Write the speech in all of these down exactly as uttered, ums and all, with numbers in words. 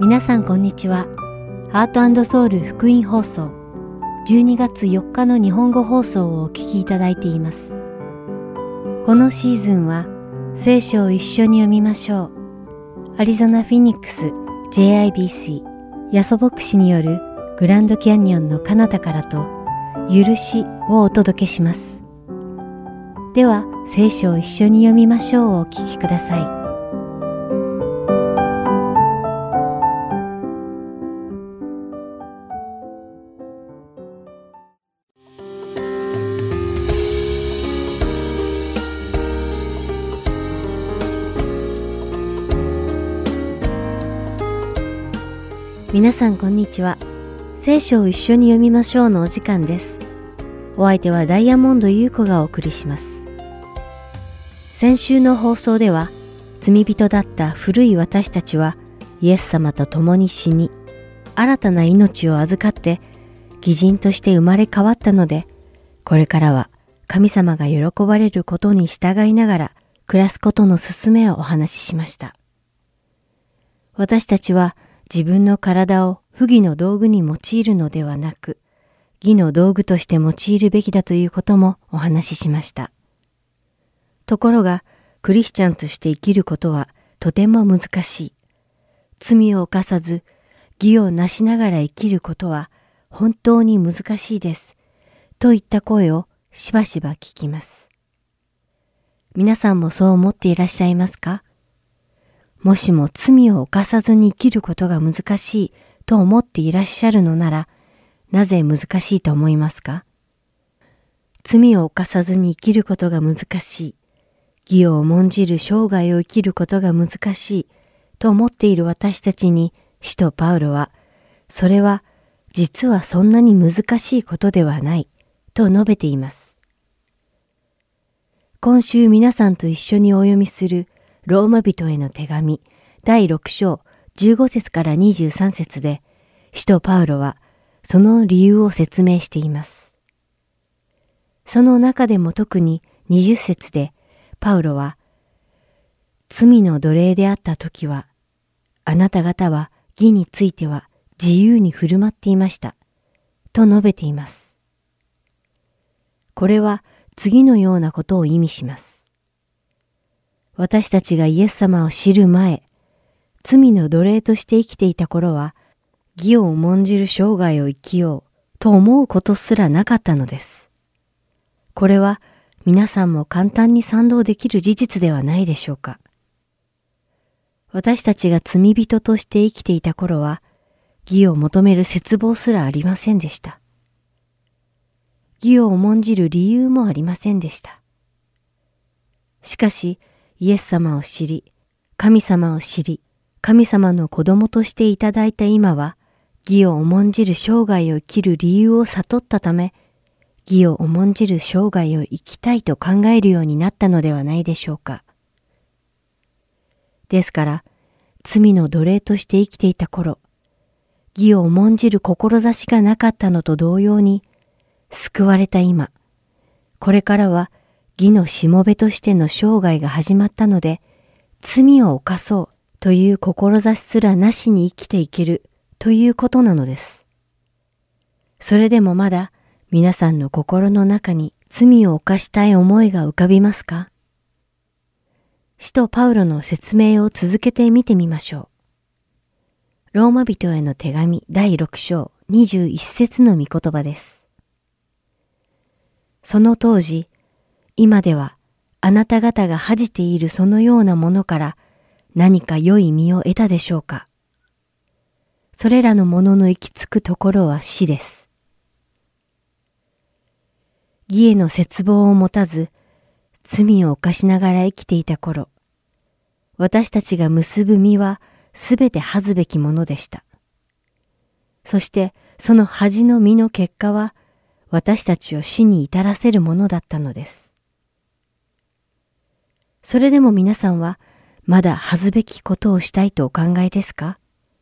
皆さんこんにちは。ハート&ソウル福音放送じゅうにがつよっかの日本語放送をお聞きいただいています。このシーズンは聖書を一緒に読みましょう。アリゾナ・フィニックス ジェイアイビーシー ヤソ牧師によるグランドキャニオンの彼方からと許しをお届けします。では聖書を一緒に読みましょうをお聞きください。皆さんこんにちは。聖書を一緒に読みましょうのお時間です。お相手はダイヤモンド優子がお送りします。先週の放送では、罪人だった古い私たちはイエス様と共に死に、新たな命を預かって義人として生まれ変わったので、これからは神様が喜ばれることに従いながら暮らすことの勧めをお話ししました。私たちは自分の体を不義の道具に用いるのではなく、義の道具として用いるべきだということもお話ししました。ところが、クリスチャンとして生きることはとても難しい。罪を犯さず、義をなしながら生きることは本当に難しいです。といった声をしばしば聞きます。皆さんもそう思っていらっしゃいますか？もしも罪を犯さずに生きることが難しいと思っていらっしゃるのなら、なぜ難しいと思いますか？罪を犯さずに生きることが難しい、義を重んじる生涯を生きることが難しいと思っている私たちに、使徒パウロは、それは実はそんなに難しいことではないと述べています。今週皆さんと一緒にお読みするローマ人への手紙だいろく章じゅうご節からにじゅうさん節で、使徒パウロはその理由を説明しています。その中でも特ににじゅう節で、パウロは、罪の奴隷であった時は、あなた方は義については自由に振る舞っていました、と述べています。これは次のようなことを意味します。私たちがイエス様を知る前、罪の奴隷として生きていた頃は、義を重んじる生涯を生きようと思うことすらなかったのです。これは皆さんも簡単に賛同できる事実ではないでしょうか。私たちが罪人として生きていた頃は、義を求める切望すらありませんでした。義を重んじる理由もありませんでした。しかし、イエス様を知り、神様を知り、神様の子供としていただいた今は、義を重んじる生涯を生きる理由を悟ったため、義を重んじる生涯を生きたいと考えるようになったのではないでしょうか。ですから、罪の奴隷として生きていた頃、義を重んじる志がなかったのと同様に、救われた今、これからは義のしもべとしての生涯が始まったので、罪を犯そうという志すらなしに生きていけるということなのです。それでもまだ皆さんの心の中に罪を犯したい思いが浮かびますか？使徒パウロの説明を続けて見てみましょう。ローマ人への手紙だいろく章にじゅういち節の御言葉です。その当時、今ではあなた方が恥じているそのようなものから何か良い実を得たでしょうか。それらのものの行き着くところは死です。義への切望を持たず、罪を犯しながら生きていた頃、私たちが結ぶ実はすべて恥ずべきものでした。そしてその恥の実の結果は、私たちを死に至らせるものだったのです。それでも皆さんは、まだ恥ずべきことをしたいとお考えですか？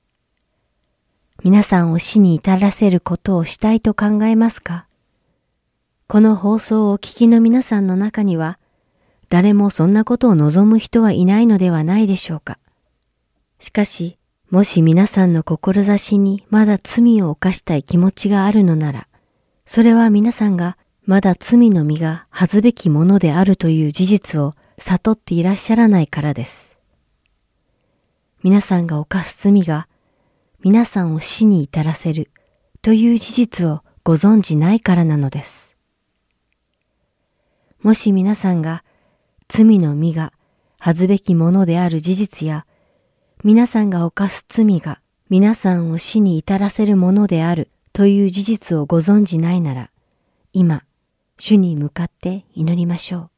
皆さんを死に至らせることをしたいと考えますか？この放送をお聞きの皆さんの中には、誰もそんなことを望む人はいないのではないでしょうか。しかし、 もし皆さんの志にまだ罪を犯したい気持ちがあるのなら、それは皆さんがまだ罪の実が恥ずべきものであるという事実を悟っていらっしゃらないからです。皆さんが犯す罪が皆さんを死に至らせるという事実をご存じないからなのです。もし皆さんが罪の実が恥ずべきものである事実や、皆さんが犯す罪が皆さんを死に至らせるものであるという事実をご存じないなら、今、主に向かって祈りましょう。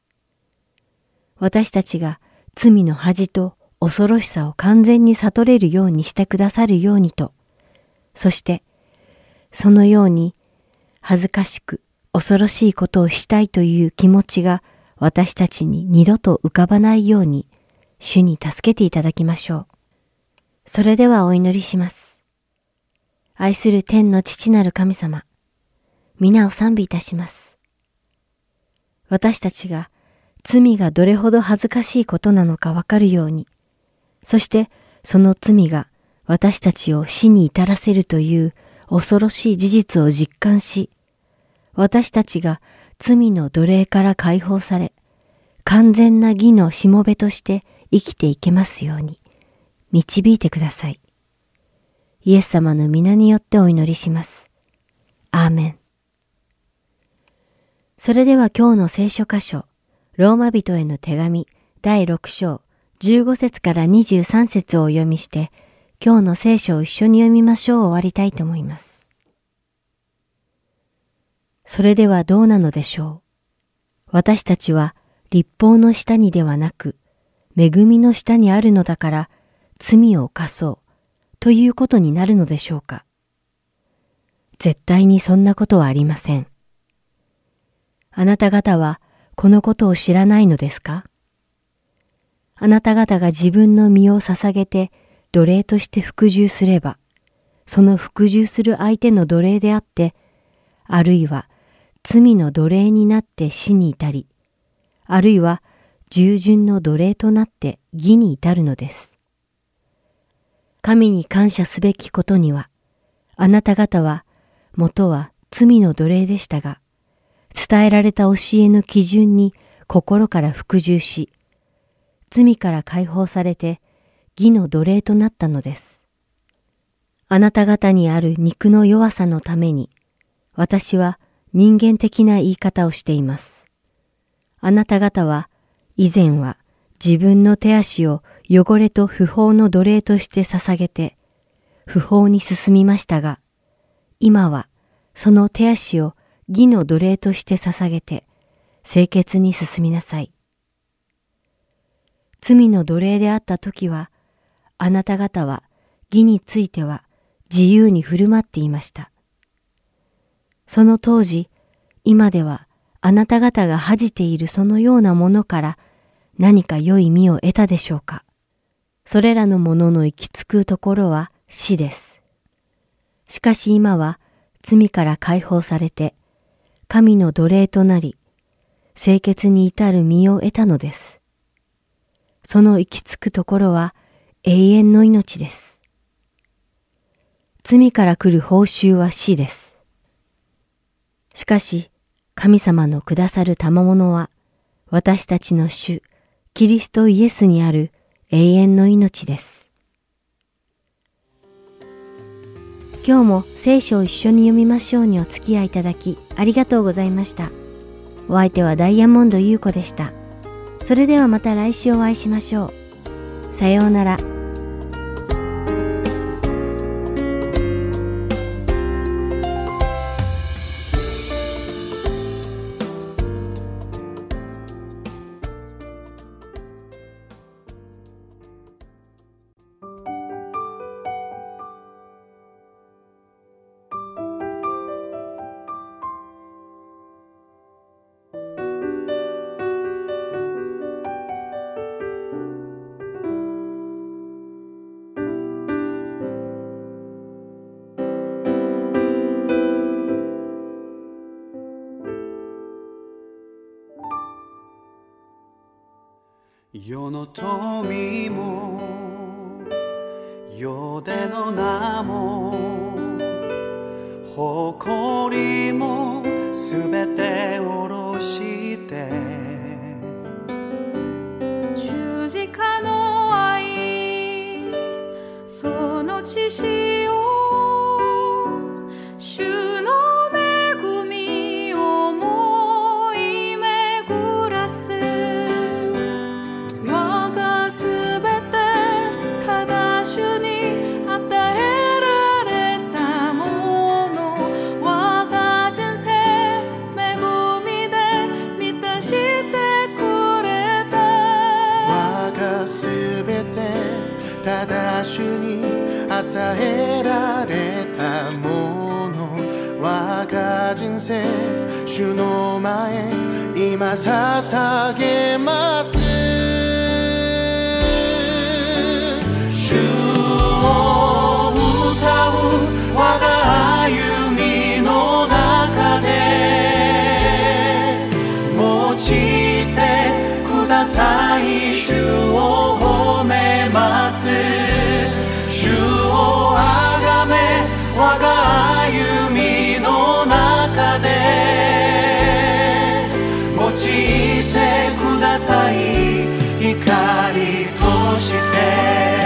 私たちが罪の恥と恐ろしさを完全に悟れるようにしてくださるようにと、そしてそのように恥ずかしく恐ろしいことをしたいという気持ちが私たちに二度と浮かばないように主に助けていただきましょう。それではお祈りします。愛する天の父なる神様、皆を賛美いたします。私たちが罪がどれほど恥ずかしいことなのかわかるように、そしてその罪が私たちを死に至らせるという恐ろしい事実を実感し、私たちが罪の奴隷から解放され、完全な義のしもべとして生きていけますように、導いてください。イエス様の皆によってお祈りします。アーメン。それでは今日の聖書箇所、ローマ人への手紙だいろく章じゅうご節からにじゅうさん節をお読みして、今日の聖書を一緒に読みましょう終わりたいと思います。それではどうなのでしょう。私たちは律法の下にではなく、恵みの下にあるのだから罪を犯そうということになるのでしょうか。絶対にそんなことはありません。あなた方はこのことを知らないのですか？あなた方が自分の身を捧げて奴隷として服従すれば、その服従する相手の奴隷であって、あるいは罪の奴隷になって死に至り、あるいは従順の奴隷となって義に至るのです。神に感謝すべきことには、あなた方は元は罪の奴隷でしたが、伝えられた教えの基準に心から服従し、罪から解放されて義の奴隷となったのです。あなた方にある肉の弱さのために、私は人間的な言い方をしています。あなた方は以前は自分の手足を汚れと不法の奴隷として捧げて、不法に進みましたが、今はその手足を義の奴隷として捧げて、清潔に進みなさい。罪の奴隷であったときは、あなた方は義については自由に振る舞っていました。その当時、今ではあなた方が恥じているそのようなものから何か良い実を得たでしょうか。それらのものの行き着くところは死です。しかし今は罪から解放されて、神の奴隷となり、清潔に至る実を得たのです。その行き着くところは永遠の命です。罪から来る報酬は死です。しかし、神様のくださる賜物は、私たちの主、キリストイエスにある永遠の命です。今日も聖書を一緒に読みましょうにお付き合いいただきありがとうございました。お相手はダイヤモンド優子でした。それではまた来週お会いしましょう。さようなら。 世の富も世での名も誇りもすべて下ろして十字架の愛その血潮主の恵み思い巡らす我がすべてただ主に与えられたもの我が人生恵みで満たしてくれた我がすべてただ主に与えられたもの我が人生主の前今捧げます主を歌う我が歩みの中で用いてください主を褒めます主をあがめ我が歩みの中で用いてください光として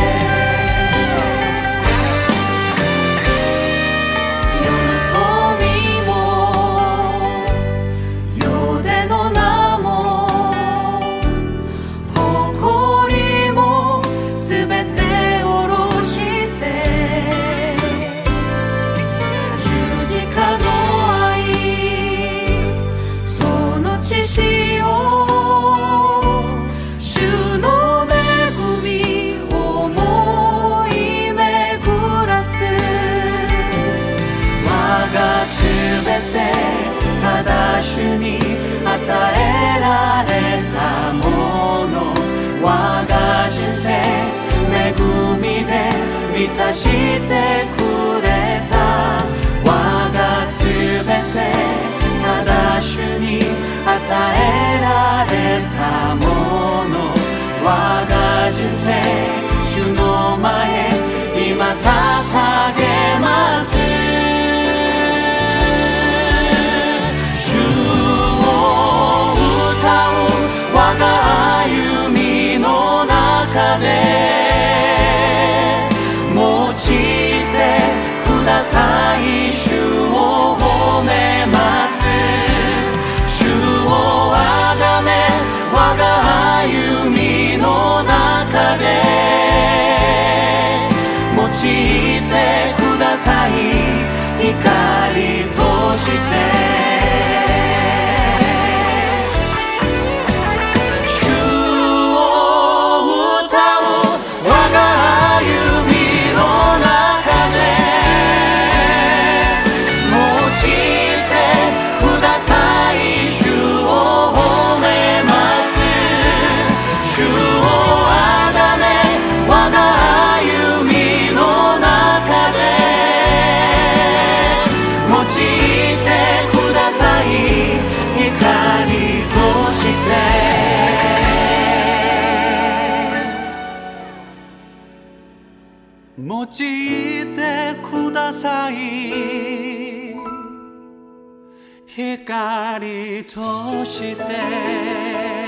主に与えられたもの我が人生恵みで満たしてくれた我がすべてただ主に与えられたもの我が人生主の前今捧げます我が歩みの中で用いてください主を褒めます主をあがめ我が歩みの中で用いてください光として用いてください光として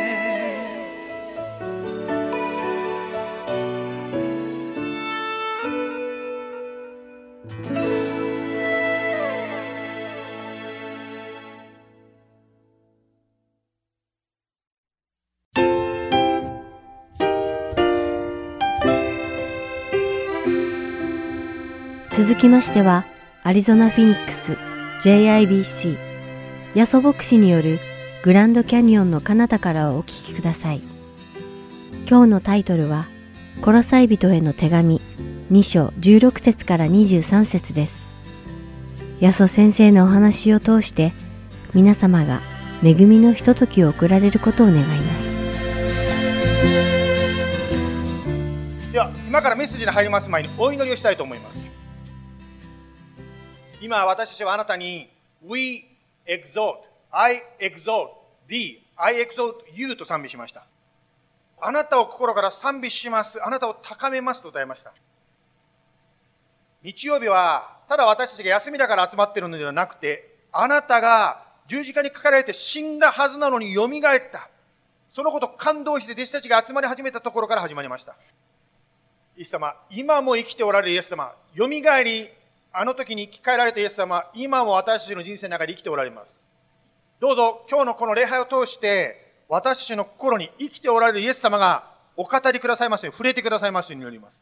続きましては、アリゾナ・フィニックス ジェイアイビーシー ヤソ牧師によるグランドキャニオンの彼方からをお聞きください。今日のタイトルは、コロサイ人への手紙に章じゅうろく節からにじゅうさん節です。ヤソ先生のお話を通して、皆様が恵みのひとときを送られることを願います。 では、今からメッセージに入ります前にお祈りをしたいと思います。今私たちはあなたに We exalt, I exalt thee, I exalt you と賛美しました。 あなたを心から賛美します。あなたを高めますと歌いました。日曜日はただ私たちが休みだから集まっているのではなくて、あなたが十字架にかかられて死んだはずなのによみがえった。そのことを感動して弟子たちが集まり始めたところから始まりました。イエス様、今も生きておられるイエス様、よみがえり、あの時に生き返られたイエス様、今も私たちの人生の中で生きておられます。どうぞ今日のこの礼拝を通して私たちの心に生きておられるイエス様がお語りくださいますように、触れてくださいますように祈ります。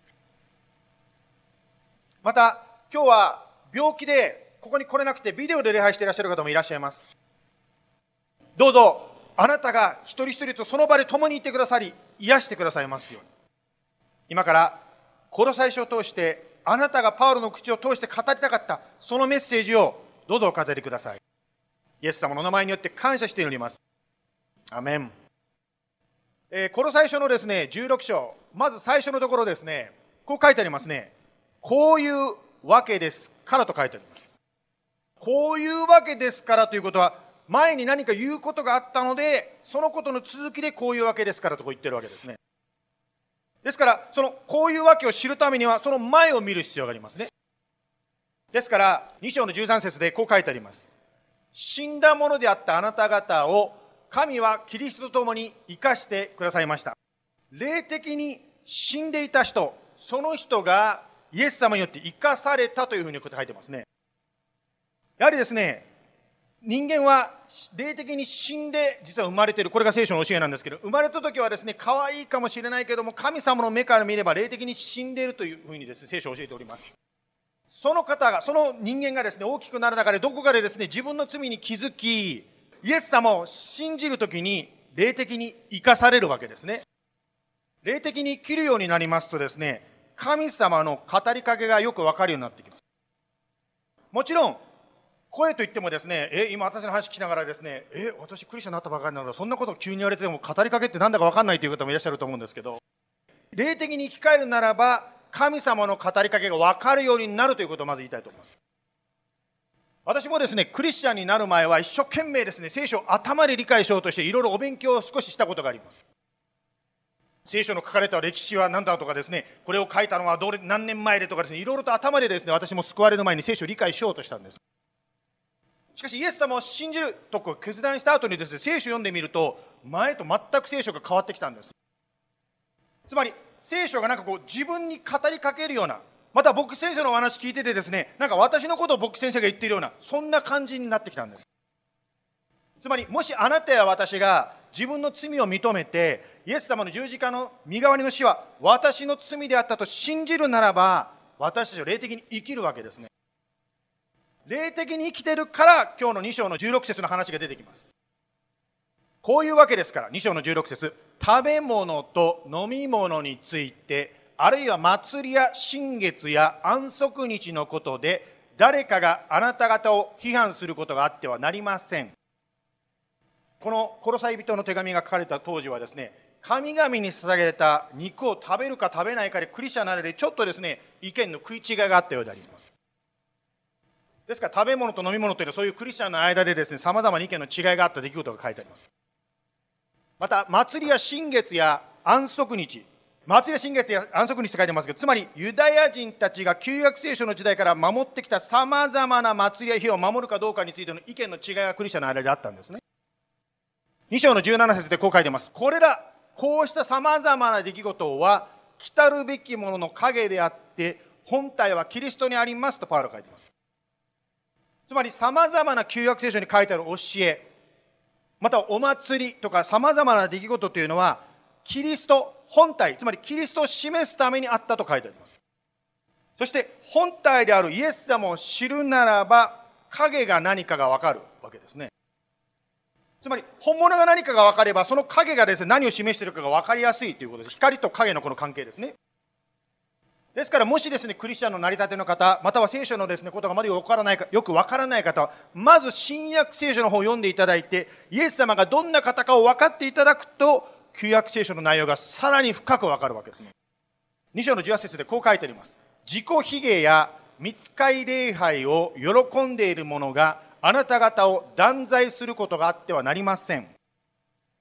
また今日は病気でここに来れなくてビデオで礼拝していらっしゃる方もいらっしゃいます。どうぞあなたが一人一人とその場で共にいてくださり、癒してくださいますように。今からコロサイ書を通してあなたがパウロの口を通して語りたかったそのメッセージをどうぞお語りください。イエス様のお名前によって感謝して祈ります。アメン。えー、コロサイ書のですねじゅうろく章、まず最初のところですね、こう書いてありますね。こういうわけですからと書いてあります。こういうわけですからということは、前に何か言うことがあったので、そのことの続きでこういうわけですからとこう言ってるわけですね。ですからそのこういうわけを知るためにはその前を見る必要がありますね。ですからに章のじゅうさん節でこう書いてあります。死んだものであったあなた方を神はキリストと共に生かしてくださいました。霊的に死んでいた人、その人がイエス様によって生かされたというふうに書いてますね。やはりですね、人間は霊的に死んで実は生まれている。これが聖書の教えなんですけど、生まれた時はですね、可愛いかもしれないけども、神様の目から見れば霊的に死んでいるというふうにですね、聖書を教えております。その方が、その人間がですね、大きくなる中でどこかでですね、自分の罪に気づき、イエス様を信じるときに霊的に生かされるわけですね。霊的に生きるようになりますとですね、神様の語りかけがよくわかるようになってきます。もちろん声といってもですね、え今私の話聞きながらですね、え私クリスチャンになったばかりなのでそんなことを急に言われても語りかけってなんだか分かんないという方もいらっしゃると思うんですけど、霊的に生き返るならば神様の語りかけが分かるようになるということをまず言いたいと思います。私もですね、クリスチャンになる前は一生懸命ですね、聖書を頭で理解しようとしていろいろお勉強を少ししたことがあります。聖書の書かれた歴史は何だとかですね、これを書いたのはどれ何年前でとかですね、いろいろと頭でですね、私も救われる前に聖書を理解しようとしたんです。しかしイエス様を信じるとこ決断した後にですね、聖書を読んでみると前と全く聖書が変わってきたんです。つまり聖書がなんかこう自分に語りかけるような、また僕先生のお話聞いててですね、なんか私のことを僕先生が言っているような、そんな感じになってきたんです。つまりもしあなたや私が自分の罪を認めてイエス様の十字架の身代わりの死は私の罪であったと信じるならば、私たちは霊的に生きるわけですね。霊的に生きてるから今日のに章のじゅうろく節の話が出てきます。こういうわけですから、に章のじゅうろく節、食べ物と飲み物について、あるいは祭りや新月や安息日のことで誰かがあなた方を批判することがあってはなりません。このコロサイ人の手紙が書かれた当時はですね、神々に捧げられた肉を食べるか食べないかでクリスチャンなのでちょっとですね、意見の食い違いがあったようであります。ですから食べ物と飲み物というのはそういうクリスチャンの間でですね、さまざまな意見の違いがあった出来事が書いてあります。また祭りや新月や安息日、祭りや新月や安息日って書いてますけど、つまりユダヤ人たちが旧約聖書の時代から守ってきたさまざまな祭りや日を守るかどうかについての意見の違いがクリスチャンの間であったんですね。に章のじゅうなな節でこう書いてます。これらこうしたさまざまな出来事は来たるべきものの影であって本体はキリストにありますとパウロは書いています。つまりさまざまな旧約聖書に書いてある教え、またお祭りとかさまざまな出来事というのはキリスト本体、つまりキリストを示すためにあったと書いてあります。そして本体であるイエス様を知るならば影が何かが分かるわけですね。つまり本物が何かが分かればその影がですね、何を示しているかが分かりやすいということです。光と影のこの関係ですね。ですからもしですね、クリスチャンの成り立ての方、または聖書のですね、ことがまだよくわからないか、よくわからない方は、まず新約聖書の方を読んでいただいて、イエス様がどんな方かを分かっていただくと、旧約聖書の内容がさらに深くわかるわけですね。に章のじゅうはち節でこう書いてあります。自己卑下や御使い礼拝を喜んでいる者があなた方を断罪することがあってはなりません。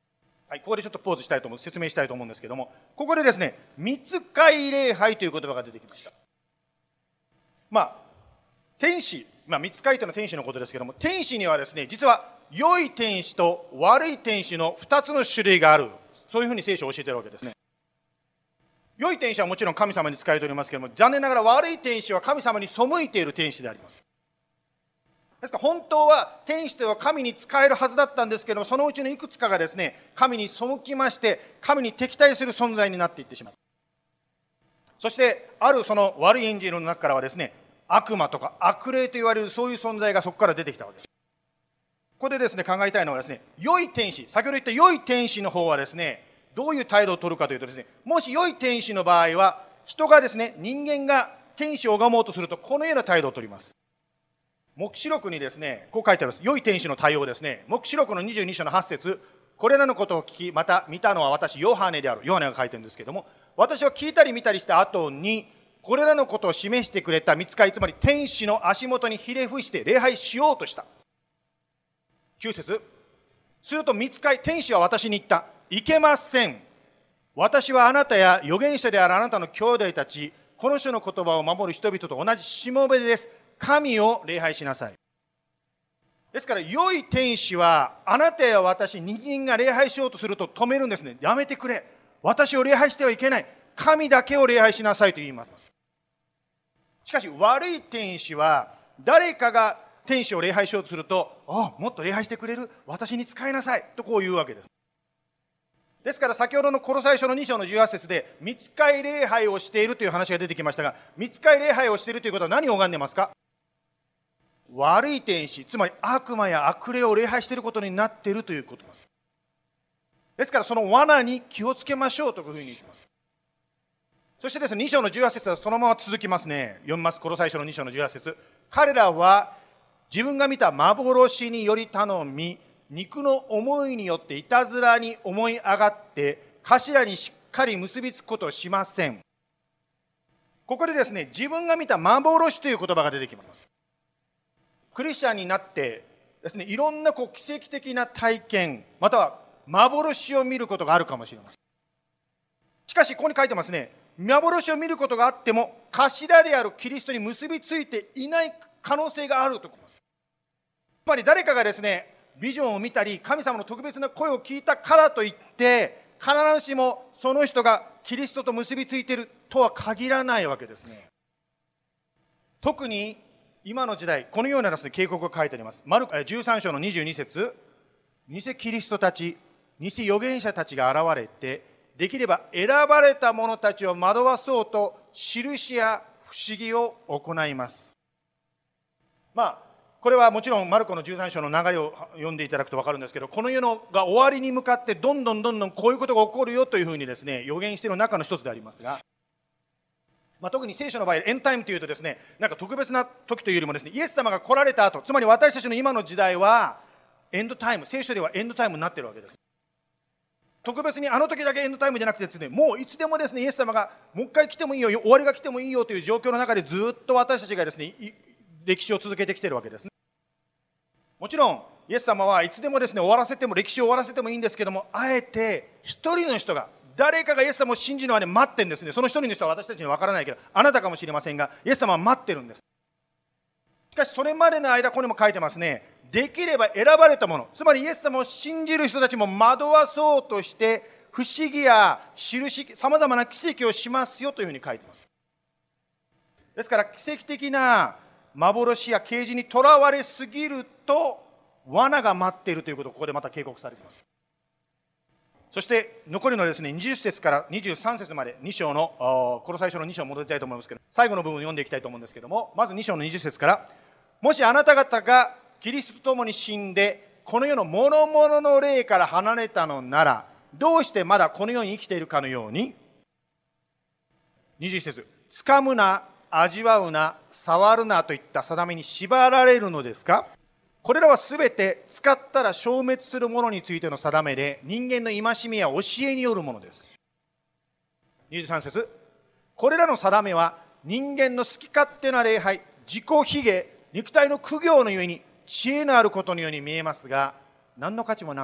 はい、ここでちょっとポーズしたいと思う、説明したいと思うんですけども、ここでですね、御使い礼拝という言葉が出てきました。まあ、天使、まあ、御使いというのは天使のことですけども、天使にはですね、実は良い天使と悪い天使のふたつの種類がある、そういうふうに聖書を教えているわけですね。良い天使はもちろん神様に仕えておりますけれども、残念ながら悪い天使は神様に背いている天使であります。ですから本当は天使とは神に仕えるはずだったんですけども、そのうちのいくつかがですね、神に背きまして神に敵対する存在になっていってしまう。そしてあるその悪いエンジェルの中からはですね、悪魔とか悪霊と言われるそういう存在がそこから出てきたわけです。ここでですね、考えたいのはですね、良い天使、先ほど言った良い天使の方はですね、どういう態度を取るかというとですね、もし良い天使の場合は人がですね、人間が天使を拝もうとするとこのような態度を取ります。黙示録にですね、こう書いてあります。良い天使の対応ですね。黙示録のにじゅうに章のはち節、これらのことを聞き、また見たのは私ヨハネである。ヨハネが書いてるんですけども、私は聞いたり見たりした後に、これらのことを示してくれた御使い、つまり天使の足元にひれ伏して礼拝しようとした。きゅう節、すると御使い、天使は私に言った。いけません。私はあなたや預言者であるあなたの兄弟たち、この種の言葉を守る人々と同じしもべです。神を礼拝しなさい。ですから良い天使はあなたや私、人間が礼拝しようとすると止めるんですね。やめてくれ、私を礼拝してはいけない、神だけを礼拝しなさいと言います。しかし悪い天使は誰かが天使を礼拝しようとすると、ああもっと礼拝してくれる、私に仕えなさいとこう言うわけです。ですから先ほどのコロサイ書のに章のじゅうはち節で御使い礼拝をしているという話が出てきましたが、御使い礼拝をしているということは何を拝んでますか？悪い天使、つまり悪魔や悪霊を礼拝していることになっているということです。ですからその罠に気をつけましょうというふうに言っています。そしてですね、に章のじゅうはち節はそのまま続きますね。読みます。コロサイ書のに章のじゅうはち節、彼らは自分が見た幻により頼み、肉の思いによっていたずらに思い上がって頭にしっかり結びつくことをしません。ここでですね、自分が見た幻という言葉が出てきます。クリスチャンになってですね、いろんなこう奇跡的な体験、または幻を見ることがあるかもしれません。しかしここに書いてますね、幻を見ることがあっても頭であるキリストに結びついていない可能性があると思います。つまり誰かがですね、ビジョンを見たり神様の特別な声を聞いたからといって必ずしもその人がキリストと結びついているとは限らないわけですね。特に今の時代、このようなですね、警告が書いてあります。マルコじゅうさん章のにじゅうに節、偽キリストたち、偽預言者たちが現れて、できれば選ばれた者たちを惑わそうと印や不思議を行います。まあこれはもちろんマルコのじゅうさん章の流れを読んでいただくと分かるんですけど、この世のが終わりに向かってどんどんどんどんこういうことが起こるよというふうにですね、予言している中の一つでありますが、まあ、特に聖書の場合エンタイムというとですね、なんか特別な時というよりもですね、イエス様が来られた後、つまり私たちの今の時代はエンドタイム、聖書ではエンドタイムになっているわけです。特別にあの時だけエンドタイムじゃなくてですね、もういつでもですね、イエス様がもう一回来てもいいよ、終わりが来てもいいよという状況の中でずっと私たちがですね、歴史を続けてきているわけですね。もちろんイエス様はいつでもですね、終わらせても歴史を終わらせてもいいんですけども、あえて一人の人が、誰かがイエス様を信じるのはね、待ってるんですね。その一人の人は私たちには分からないけど、あなたかもしれませんが、イエス様は待ってるんです。しかしそれまでの間、ここにも書いてますね、できれば選ばれた者、つまりイエス様を信じる人たちも惑わそうとして不思議や印、さまざまな奇跡をしますよというふうに書いてます。ですから奇跡的な幻や啓示にとらわれすぎると罠が待っているということをここでまた警告されています。そして残りのですね、にじゅっ節からにじゅうさん節までに章のこの最初のに章を戻りたいと思いますけど、最後の部分を読んでいきたいと思うんですけども、まずに章のにじゅっ節から、もしあなた方がキリストと共に死んでこの世の諸々の霊から離れたのなら、どうしてまだこの世に生きているかのように、にじゅういち節、つかむな、味わうな、触るなといった定めに縛られるのですか。これらはすべて使ったら消滅するものについての定めで、人間の戒めや教えによるものです。にじゅうさん節、これらの定めは人間の好き勝手な礼拝、自己卑下、肉体の苦行のゆえに知恵のあることのように見えますが、何の価値もなく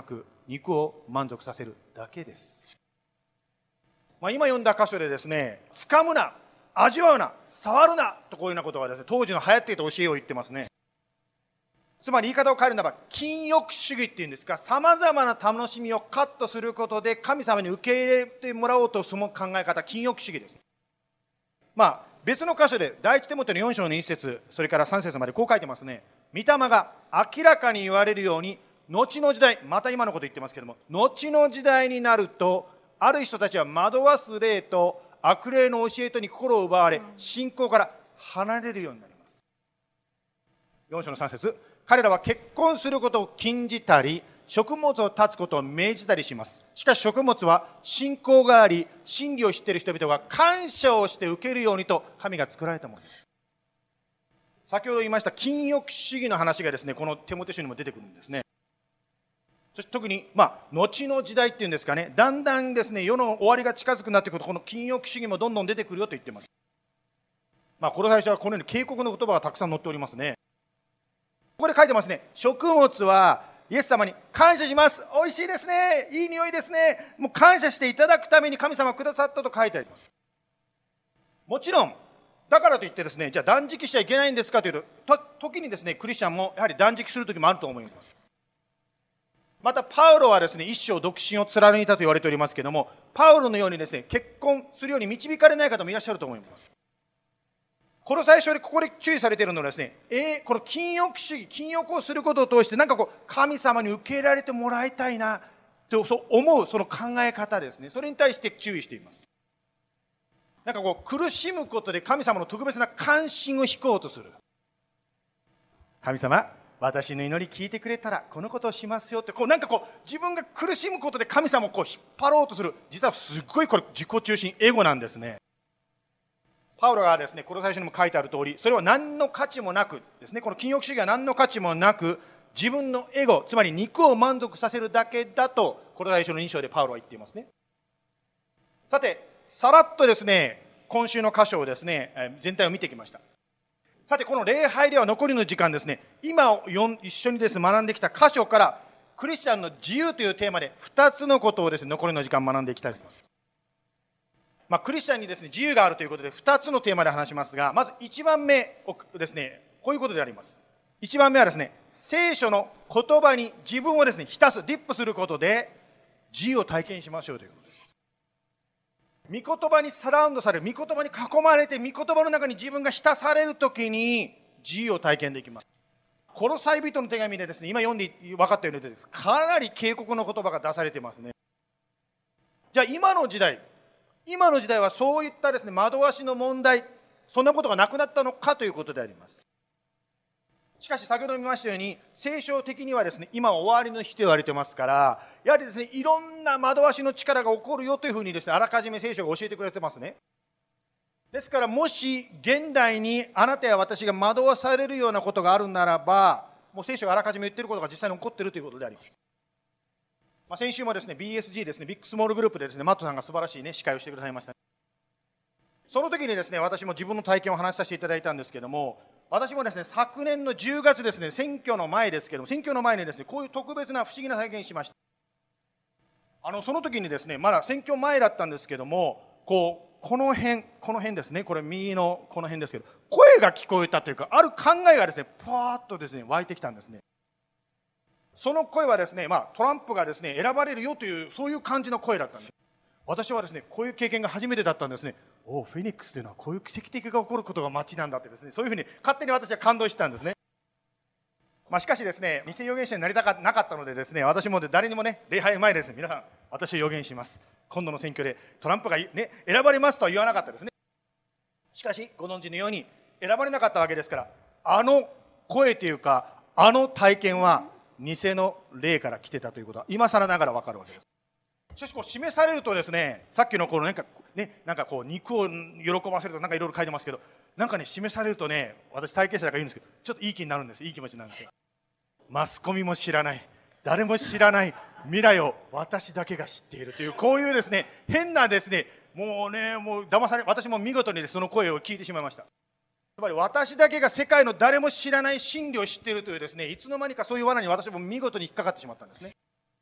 肉を満足させるだけです。まあ、今読んだ箇所でですね、掴むな、味わうな、触るなとこういうようなことがですね、当時の流行っていた教えを言ってますね。つまり言い方を変えるならば、禁欲主義っていうんですか、さまざまな楽しみをカットすることで神様に受け入れてもらおうとその考え方、禁欲主義です。まあ別の箇所で第一テモテのよん章のいち節、それからさん節までこう書いてますね。御霊が明らかに言われるように、後の時代、また今のこと言ってますけども、後の時代になると、ある人たちは惑わす霊と悪霊の教えとに心を奪われ、信仰から離れるようになります。よん章のさん節、彼らは結婚することを禁じたり、食物を断つことを命じたりします。しかし食物は信仰があり、真理を知っている人々が感謝をして受けるようにと神が作られたものです。先ほど言いました禁欲主義の話がですね、このテモテ書にも出てくるんですね。そして特に、まあ、後の時代っていうんですかね、だんだんですね、世の終わりが近づくなってくると、この禁欲主義もどんどん出てくるよと言っています。まあ、この最初はこのように警告の言葉がたくさん載っておりますね。ここで書いてますね。食物はイエス様に感謝します。おいしいですね。いい匂いですね。もう感謝していただくために神様がくださったと書いてあります。もちろん、だからといってですね、じゃあ断食しちゃいけないんですかというと、時にですね、クリスチャンもやはり断食する時もあると思います。また、パウロはですね、一生独身を貫いたと言われておりますけれども、パウロのようにですね、結婚するように導かれない方もいらっしゃると思います。この最初でここで注意されているのはですね、えー、この禁欲主義、禁欲をすることを通して、なんかこう、神様に受け入れられてもらいたいなとそう思う、その考え方ですね、それに対して注意しています。なんかこう、苦しむことで神様の特別な関心を引こうとする。神様、私の祈り聞いてくれたらこのことをしますよって、こうなんかこう自分が苦しむことで神様をこう引っ張ろうとする、実はすっごいこれ自己中心エゴなんですね。パウロがですね、この最初にも書いてある通り、それは何の価値もなくですね、この禁欲主義は何の価値もなく、自分のエゴ、つまり肉を満足させるだけだと、この最初のに章でパウロは言っていますね。さて、さらっとですね、今週の箇所をですね、全体を見てきました。さて、この礼拝では残りの時間ですね、今一緒にですね、学んできた箇所から、クリスチャンの自由というテーマでふたつのことをですね、残りの時間学んでいきたいと思います。まあ、クリスチャンにですね、自由があるということでふたつのテーマで話しますが、まずいちばんめですね、こういうことであります。いちばんめはですね、聖書の言葉に自分をですね、浸す、ディップすることで自由を体験しましょうということです。御言葉にサラウンドされる、御言葉に囲まれて、御言葉の中に自分が浸されるときに自由を体験できます。コロサイ人の手紙でですね、今読んで分かったようにです、かなり警告の言葉が出されていますね。じゃあ今の時代、今の時代はそういったですね、惑わしの問題、そんなことがなくなったのかということであります。しかし先ほど見ましたように、聖書的にはですね、今は終わりの日と言われてますから、やはりですね、いろんな惑わしの力が起こるよというふうにですね、あらかじめ聖書が教えてくれてますね。ですから、もし現代にあなたや私が惑わされるようなことがあるならば、もう聖書があらかじめ言っていることが実際に起こっているということであります。まあ、先週もですね ビーエスジー ですね、ビッグスモールグループでですね、マットさんが素晴らしいね司会をしてくださいました。その時にですね、私も自分の体験を話させていただいたんですけども、私もですね、昨年のじゅうがつですね、選挙の前ですけども、選挙の前にですね、こういう特別な不思議な体験をしました。あのその時にですね、まだ選挙前だったんですけども、こうこの辺この辺ですね、これ右のこの辺ですけど、声が聞こえたというか、ある考えがですね、パーッとですね湧いてきたんですね。その声はですね、まあ、トランプがですね選ばれるよという、そういう感じの声だったんです。私はですね、こういう経験が初めてだったんですね。おお、フェニックスというのはこういう奇跡的が起こることが街なんだってですね、そういうふうに勝手に私は感動してたんですね。まあ、しかしですね、偽預言者になりたかなかったのでですね、私も誰にもね、礼拝前ですね、皆さん、私を預言します。今度の選挙でトランプが、ね、選ばれますとは言わなかったですね。しかし、ご存知のように選ばれなかったわけですから、あの声というか、あの体験は偽の霊から来てたということは今更ながら分かるわけです。しかしこう示されるとですね、さっきのこのなんかね、なんかこう肉を喜ばせるとなんかいろいろ書いてますけど、なんかね示されるとね、私体験者だから言うんですけど、ちょっといい気になるんです。いい気持ちなんですよ。マスコミも知らない、誰も知らない未来を私だけが知っているという、こういうですね変なですね、もうねもう騙され、私も見事にその声を聞いてしまいました。つまり私だけが世界の誰も知らない真理を知っているというですね、いつの間にかそういう罠に私も見事に引っかかってしまったんですね。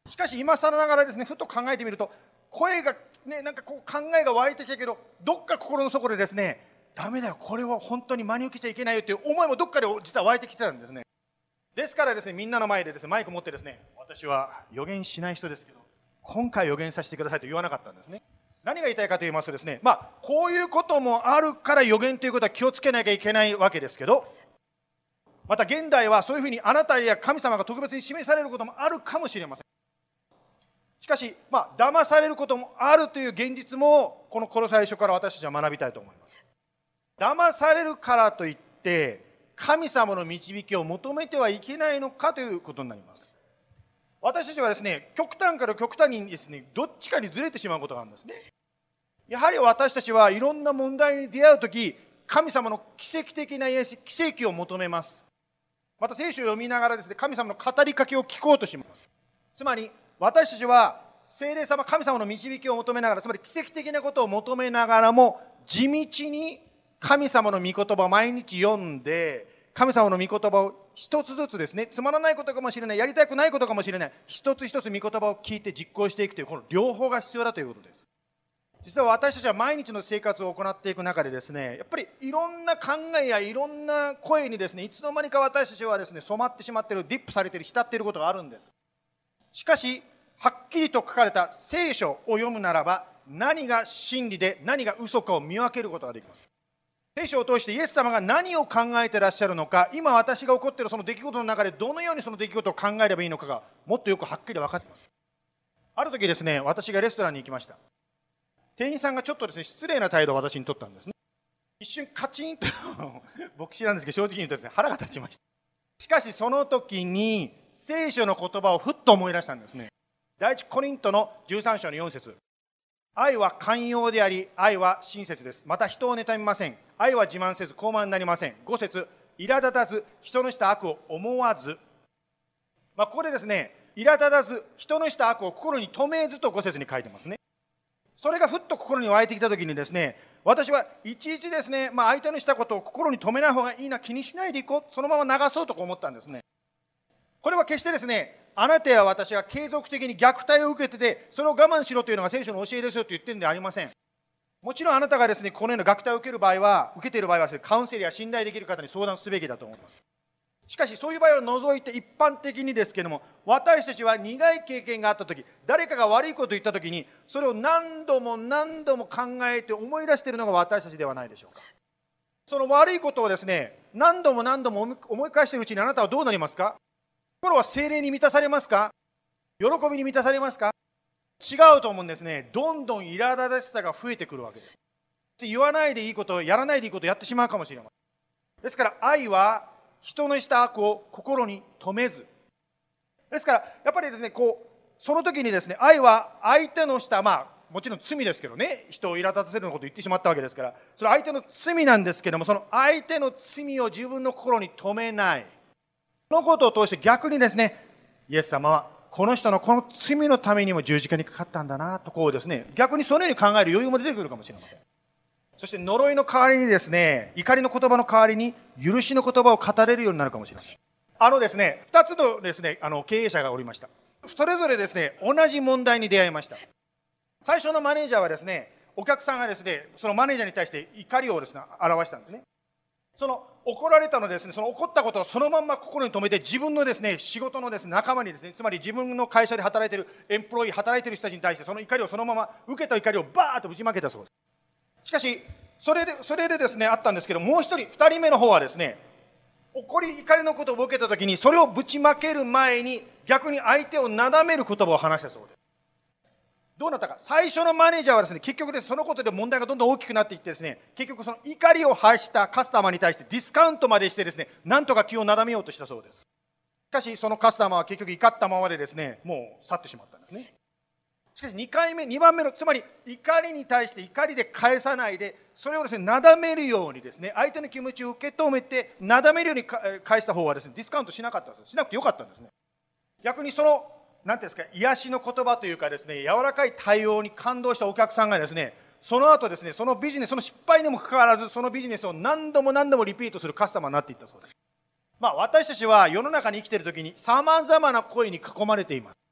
しかし今更ながらですね、ふと考えてみると、声がね、なんかこう考えが湧いてきたけど、どっか心の底でですね、ダメだよ、これは本当に真に受けちゃいけないよという思いもどっかで実は湧いてきてたんですね。ですからですね、みんなの前でですね、マイク持ってですね、私は予言しない人ですけど、今回予言させてくださいと言わなかったんですね。何が言いたいかと言いますとですね、まあこういうこともあるから予言ということは気をつけなきゃいけないわけですけど、また現代はそういうふうにあなたや神様が特別に示されることもあるかもしれません。しかし、まあ騙されることもあるという現実もこのコロサイ書から私たちは学びたいと思います。騙されるからといって神様の導きを求めてはいけないのかということになります。私たちはですね、極端から極端にですね、どっちかにずれてしまうことがあるんですね。やはり私たちはいろんな問題に出会うとき、神様の奇跡的な癒し、奇跡を求めます。また聖書を読みながらですね、神様の語りかけを聞こうとします。つまり私たちは聖霊様、神様の導きを求めながら、つまり奇跡的なことを求めながらも、地道に神様の御言葉を毎日読んで、神様の御言葉を一つずつですね、つまらないことかもしれない、やりたくないことかもしれない、一つ一つ御言葉を聞いて実行していくという、この両方が必要だということです。実は私たちは毎日の生活を行っていく中でですね、やっぱりいろんな考えやいろんな声にですね、いつの間にか私たちはですね、染まってしまっている、ディップされている、浸っていることがあるんです。しかし、はっきりと書かれた聖書を読むならば、何が真理で何が嘘かを見分けることができます。聖書を通してイエス様が何を考えていらっしゃるのか、今私が起こっているその出来事の中でどのようにその出来事を考えればいいのかがもっとよくはっきり分かっています。ある時ですね、私がレストランに行きました。店員さんがちょっとですね、失礼な態度を私に取ったんですね。一瞬カチンと牧師なんですけど、正直に言うとですね、腹が立ちました。しかしその時に聖書の言葉をふっと思い出したんですね。第一コリントのじゅうさん章のよん節、愛は寛容であり、愛は親切です。また人を妬みません。愛は自慢せず高慢になりません。ご節、苛立たず人のした悪を思わず。まあ、ここでですね、苛立たず人のした悪を心に留めずとご節に書いてますね。それがふっと心に湧いてきたときにですね、私はいちいちですね、まあ、相手のしたことを心に留めない方がいいな、気にしないでいこう、そのまま流そうと思ったんですね。これは決してですね、あなたや私が継続的に虐待を受けてて、それを我慢しろというのが聖書の教えですよと言ってるんではありません。もちろんあなたがですね、このような虐待を受ける場合は、受けている場合はですね、カウンセリーや信頼できる方に相談すべきだと思います。しかしそういう場合を除いて一般的にですけれども、私たちは苦い経験があったとき、誰かが悪いことを言ったときに、それを何度も何度も考えて思い出しているのが私たちではないでしょうか。その悪いことをですね、何度も何度も思い返しているうちにあなたはどうなりますか？心は聖霊に満たされますか？喜びに満たされますか？違うと思うんですね。どんどん苛立たしさが増えてくるわけです。言わないでいいこと、やらないでいいことをやってしまうかもしれません。ですから愛は人のした悪を心に留めず。ですからやっぱりですね、こうその時にですね、愛は相手のした、まあもちろん罪ですけどね、人を苛立たせるようなことを言ってしまったわけですから、それは相手の罪なんですけども、その相手の罪を自分の心に留めない。そのことを通して逆にですね、イエス様はこの人のこの罪のためにも十字架にかかったんだなと、こうですね、逆にそのように考える余裕も出てくるかもしれません。そして呪いの代わりにですね、怒りの言葉の代わりに許しの言葉を語れるようになるかもしれません。あのですね、ふたつのですね、あの経営者がおりました。それぞれですね、同じ問題に出会いました。最初のマネージャーはですね、お客さんがですね、そのマネージャーに対して怒りをですね、表したんですね。その怒られたのですね、その怒ったことをそのまんま心に留めて、自分のですね、仕事のですね、仲間にですね、つまり自分の会社で働いているエンプロイー、働いている人たちに対してその怒りをそのまま受けた怒りをバーッとぶちまけたそうです。しかしそれでそれでですねあったんですけど、もう一人、二人目の方はですね、怒り怒りのことを受けたときに、それをぶちまける前に逆に相手をなだめる言葉を話したそうです。どうなったか、最初のマネージャーはですね、結局です、そのことで問題がどんどん大きくなっていってですね、結局その怒りを発したカスタマーに対してディスカウントまでしてですね、なんとか気をなだめようとしたそうです。しかしそのカスタマーは結局怒ったままでですね、もう去ってしまったんですね。しかしにかいめ、にばんめの、つまり怒りに対して怒りで返さないで、それをですね、なだめるようにですね、相手の気持ちを受け止めてなだめるように返した方はですね、ディスカウントしなかったんです。しなくてよかったんですね。逆にそのなんていうんですか、癒しの言葉というかですね、柔らかい対応に感動したお客さんがですね、その後ですね、そのビジネス、その失敗にもかかわらず、そのビジネスを何度も何度もリピートするカスタマーになっていったそうです。まあ、私たちは世の中に生きているときにさまざまな声に囲まれています。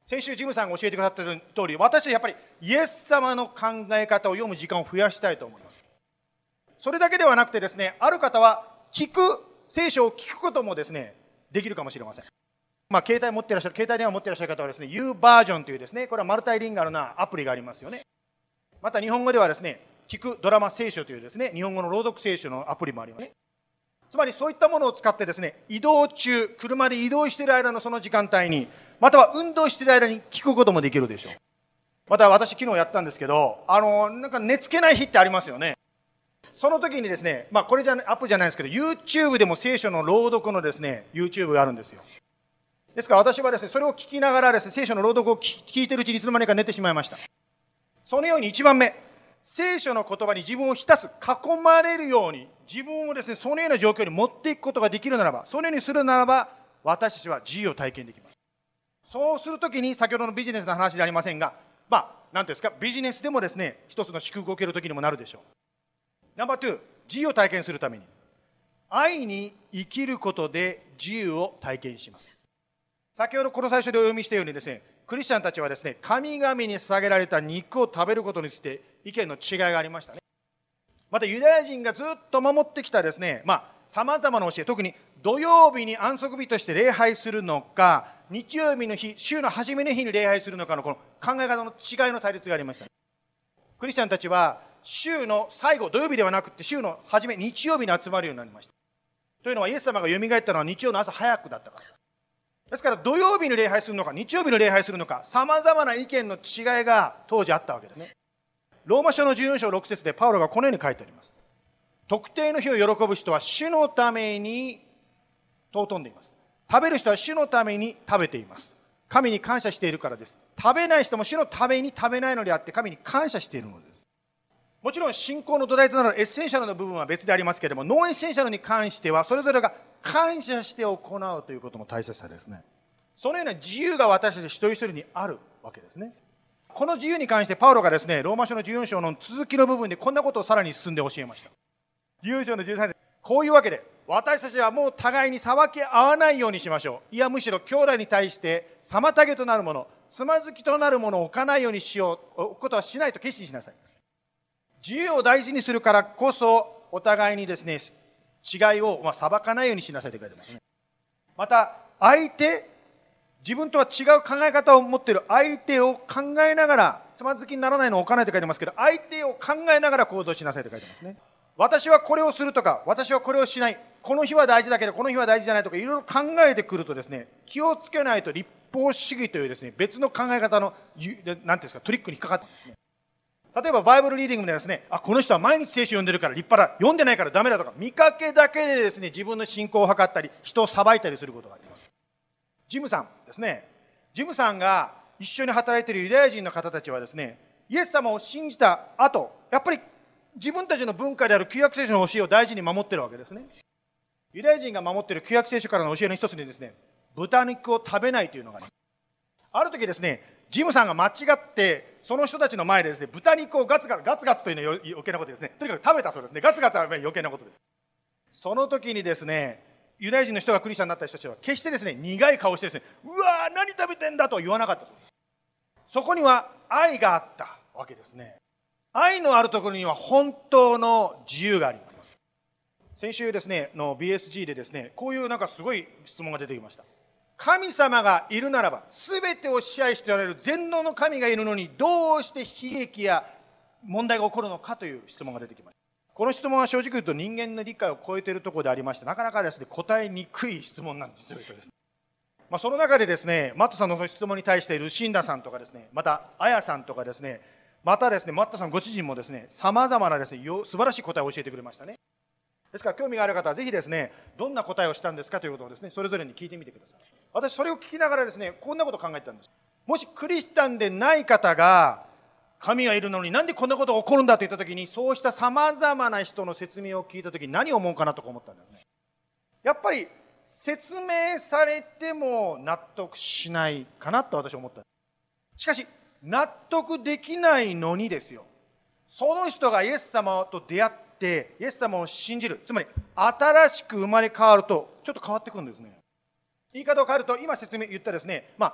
先週ジムさんが教えてくださった通り、私はやっぱりイエス様の考え方を読む時間を増やしたいと思います。それだけではなくてですね、ある方は聞く、聖書を聞くこともですね、できるかもしれません。まあ、携帯持っていらっしゃる、携帯電話持っていらっしゃる方はですね、U バージョンというですね、これはマルタイリンガルなアプリがありますよね。また日本語ではですね、聞くドラマ聖書というですね、日本語の朗読聖書のアプリもありますね。つまりそういったものを使ってですね、移動中、車で移動している間のその時間帯に、または運動している間に聞くこともできるでしょう。また私昨日やったんですけど、あの、なんか寝つけない日ってありますよね。その時にですね、まあこれじゃアップじゃないですけど、YouTube でも聖書の朗読のですね、YouTube があるんですよ。ですから私はですね、それを聞きながらですね、聖書の朗読を聞いているうちにいつの間にか寝てしまいました。そのようにいちばんめ、聖書の言葉に自分を浸す、囲まれるように、自分をですね、そのような状況に持っていくことができるならば、そのようにするならば、私たちは自由を体験できます。そうするときに、先ほどのビジネスの話でありませんが、まあ、なんていうんですか、ビジネスでもですね、一つの祝福を受けるときにもなるでしょう。ナンバーツー、自由を体験するために、愛に生きることで自由を体験します。先ほどこの最初でお読みしたようにですね、クリスチャンたちはですね、神々に捧げられた肉を食べることについて意見の違いがありましたね。またユダヤ人がずっと守ってきたですね、まあ、さまざまな教え、特に土曜日に安息日として礼拝するのか、日曜日の日、週の初めの日に礼拝するのかのこの考え方の違いの対立がありました。クリスチャンたちは週の最後、土曜日ではなくて週の初め、日曜日に集まるようになりました。というのはイエス様がよみがえったのは日曜の朝早くだったから。ですから土曜日に礼拝するのか、日曜日の礼拝するのか、さまざまな意見の違いが当時あったわけですね。ローマ書のじゅうよん章ろく節でパウロがこのように書いてあります。特定の日を喜ぶ人は主のために尊んでいます。食べる人は主のために食べています。神に感謝しているからです。食べない人も主のために食べないのであって神に感謝しているのです。もちろん信仰の土台となるエッセンシャルな部分は別でありますけれども、ノンエッセンシャルに関してはそれぞれが感謝して行うということの大切さですね。そのような自由が私たち一人一人にあるわけですね。この自由に関してパウロがですね、ローマ書のじゅうよん章の続きの部分でこんなことをさらに進んで教えました。じゅうよん章のじゅうさん節、こういうわけで私たちはもう互いに裁き合わないようにしましょう。いやむしろ兄弟に対して妨げとなるもの、つまずきとなるものを置かないようにしよう、置くことはしないと決心しなさい。自由を大事にするからこそお互いにですね、違いをまあ裁かないようにしなさいと書いてますね。また相手、自分とは違う考え方を持っている相手を考えながら、つまずきにならないのを置かないと書いてますけど、相手を考えながら行動しなさいと書いてますね。私はこれをするとか、私はこれをしない、この日は大事だけどこの日は大事じゃないとかいろいろ考えてくるとですね、気をつけないと立法主義というですね、別の考え方のなんていうんですか、トリックに引っかかってますね。例えばバイブルリーディングでですね、あ、この人は毎日聖書読んでるから立派だ、読んでないからダメだとか、見かけだけでですね、自分の信仰を図ったり人を裁いたりすることがあります。ジムさんですね、ジムさんが一緒に働いているユダヤ人の方たちはですね、イエス様を信じた後、やっぱり自分たちの文化である旧約聖書の教えを大事に守っているわけですね。ユダヤ人が守っている旧約聖書からの教えの一つにですね、豚肉を食べないというのがあります。ある時ですね、ジムさんが間違ってその人たちの前でですね、豚肉をガツガツガツガツというのは余計なことですね。とにかく食べたそうですね。ガツガツは余計なことです。その時にですね、ユダヤ人の人がクリスチャンになった人たちは決してですね、苦い顔してですね、うわー何食べてんだとは言わなかったそうです。そこには愛があったわけですね。愛のあるところには本当の自由があります。先週ですねの ビーエスジー でですね、こういうなんかすごい質問が出てきました。神様がいるならば、すべてを支配しておられる全能の神がいるのに、どうして悲劇や問題が起こるのかという質問が出てきました。この質問は正直言うと人間の理解を超えているところでありまして、なかなかですね答えにくい質問なんです。実を言うとですね、まあ、その中でですね、マットさんのその質問に対してルシンダさんとかですね、またアヤさんとかですね、またですねマットさんご主人もですね、さまざまなですね素晴らしい答えを教えてくれましたね。ですから興味がある方はぜひですね、どんな答えをしたんですかということをですね、それぞれに聞いてみてください。私それを聞きながらですね、こんなことを考えてたんです。もしクリスチャンでない方が、神がいるのになんでこんなことが起こるんだと言ったときに、そうしたさまざまな人の説明を聞いたときに何を思うかなと思ったんですね。やっぱり説明されても納得しないかなと私は思った。しかし納得できないのにですよ、その人がイエス様と出会ってイエス様を信じる、つまり新しく生まれ変わるとちょっと変わってくるんですね。言い方を変えると、今説明言ったですね、まあ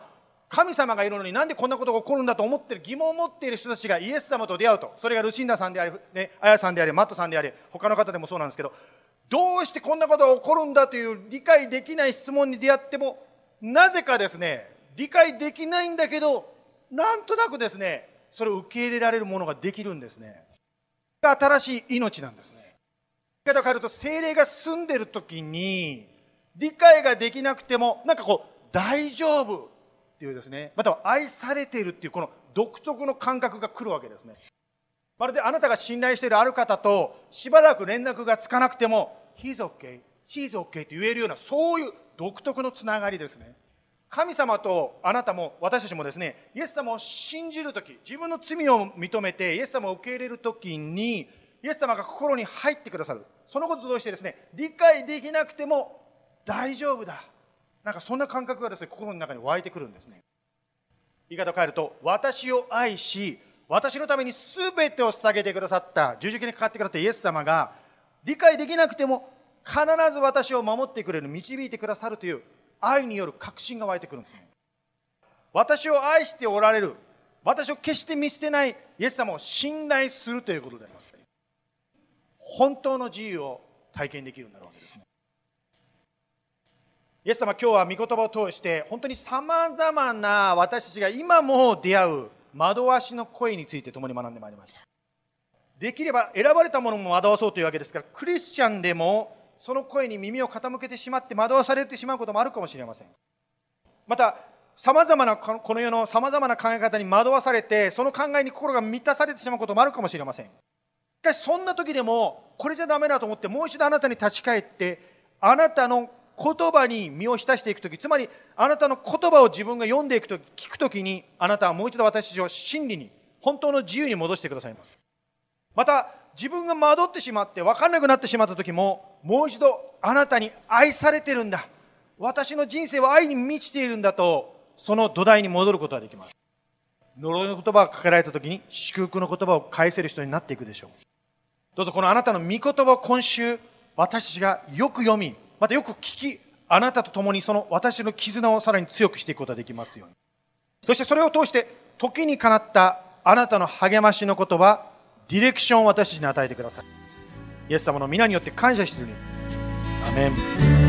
神様がいるのになんでこんなことが起こるんだと思ってる、疑問を持っている人たちがイエス様と出会うと、それがルシンダさんであり、ね、アヤさんであり、マットさんであり、他の方でもそうなんですけど、どうしてこんなことが起こるんだという理解できない質問に出会っても、なぜかですね、理解できないんだけど、なんとなくですね、それを受け入れられるものができるんですね。新しい命なんですね。言い方を変えると、聖霊が住んでる時に理解ができなくても、なんかこう大丈夫っていうですね、または愛されているっていうこの独特の感覚が来るわけですね。まるであなたが信頼しているある方としばらく連絡がつかなくても He's okay, She's okay と言えるような、そういう独特のつながりですね。神様とあなたも私たちもですね、イエス様を信じるとき、自分の罪を認めてイエス様を受け入れるときに、イエス様が心に入ってくださる。そのこととしてですね、理解できなくても大丈夫だ、なんかそんな感覚がですね、心の中に湧いてくるんですね。言い方を変えると、私を愛し、私のために全てを捧げてくださった、十字架にかかってくださったイエス様が、理解できなくても必ず私を守ってくれる、導いてくださるという愛による確信が湧いてくるんですね。私を愛しておられる、私を決して見捨てないイエス様を信頼するということであります。本当の自由を体験できるようになるわけですね。イエス様、今日は御言葉を通して本当にさまざまな私たちが今も出会う惑わしの声について共に学んでまいりました。できれば選ばれたものも惑わそうというわけですから、クリスチャンでもその声に耳を傾けてしまって惑わされてしまうこともあるかもしれません。またさまざまなこの世のさまざまな考え方に惑わされて、その考えに心が満たされてしまうこともあるかもしれません。しかしそんな時でもこれじゃダメだと思って、もう一度あなたに立ち返って、あなたの言葉に身を浸していくとき、つまりあなたの言葉を自分が読んでいくとき、聞くときに、あなたはもう一度私たちを真理に、本当の自由に戻してくださいます。また自分が惑ってしまって分からなくなってしまったときも、もう一度あなたに愛されてるんだ、私の人生は愛に満ちているんだと、その土台に戻ることができます。呪いの言葉がかけられたときに祝福の言葉を返せる人になっていくでしょう。どうぞこのあなたの御言葉を今週私たちがよく読み、またよく聞き、あなたと共にその私の絆をさらに強くしていくことができますように。そしてそれを通して時にかなったあなたの励ましの言葉、ディレクションを私たちに与えてください。イエス様の皆によって感謝している。アメン。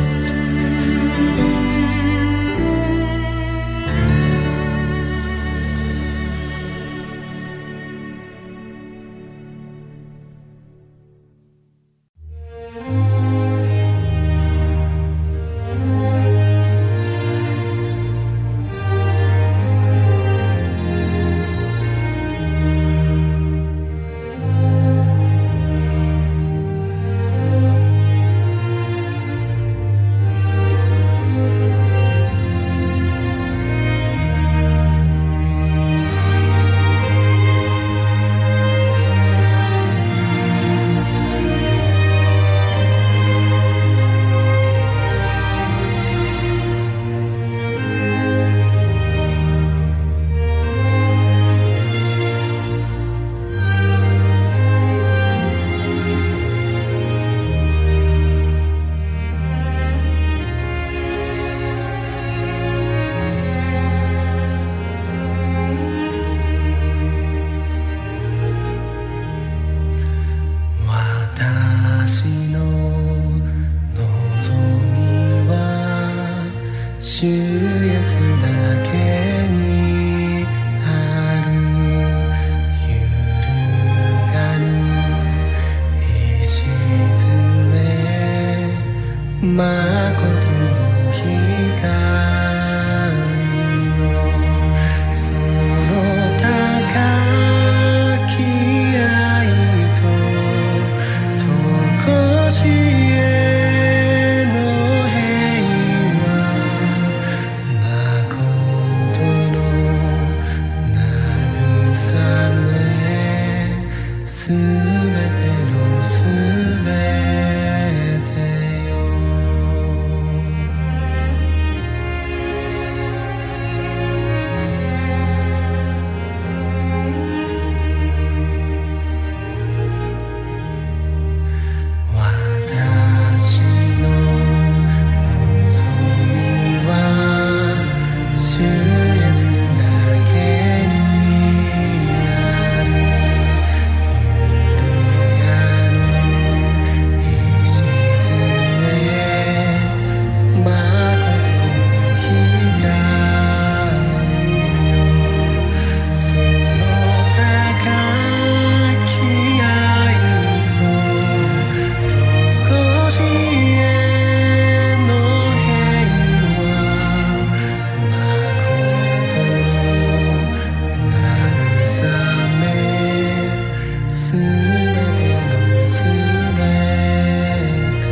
主イエスだけにある揺るがぬ礎、まことの光よ、その高き愛ととこしえの平和、まことの慰め、すべてのすべてよ。私の望みは主イエスすべてのすべて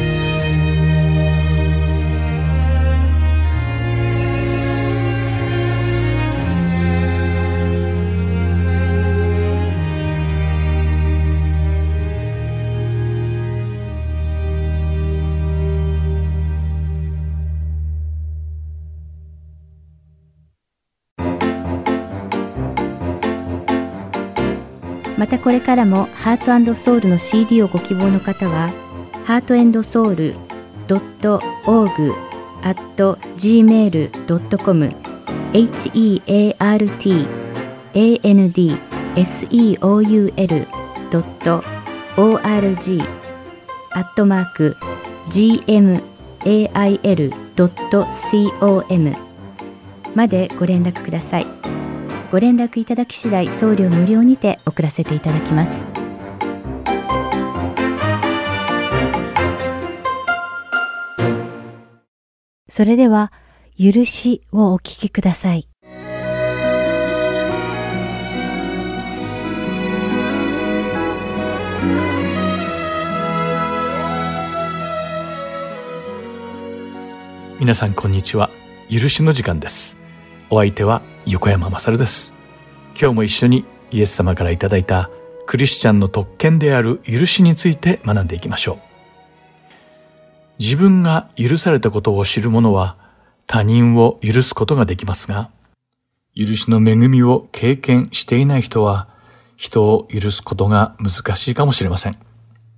またこれからもハート&ソウルの シーディー をご希望の方は ハート&ソウル ドット オーグ アット ジーメール ドット コム ヘート ソウル ドット オーアールジー アットマーク ジーエムエーアイエル ドット コム までご連絡ください。ご連絡いただき次第送料無料にて送らせていただきます。 それでは、許しをお聞きください。 皆さんこんにちは。許しの時間です。お相手は横山まさるです。今日も一緒にイエス様からいただいたクリスチャンの特権である許しについて学んでいきましょう。自分が許されたことを知る者は他人を許すことができますが、許しの恵みを経験していない人は人を許すことが難しいかもしれません。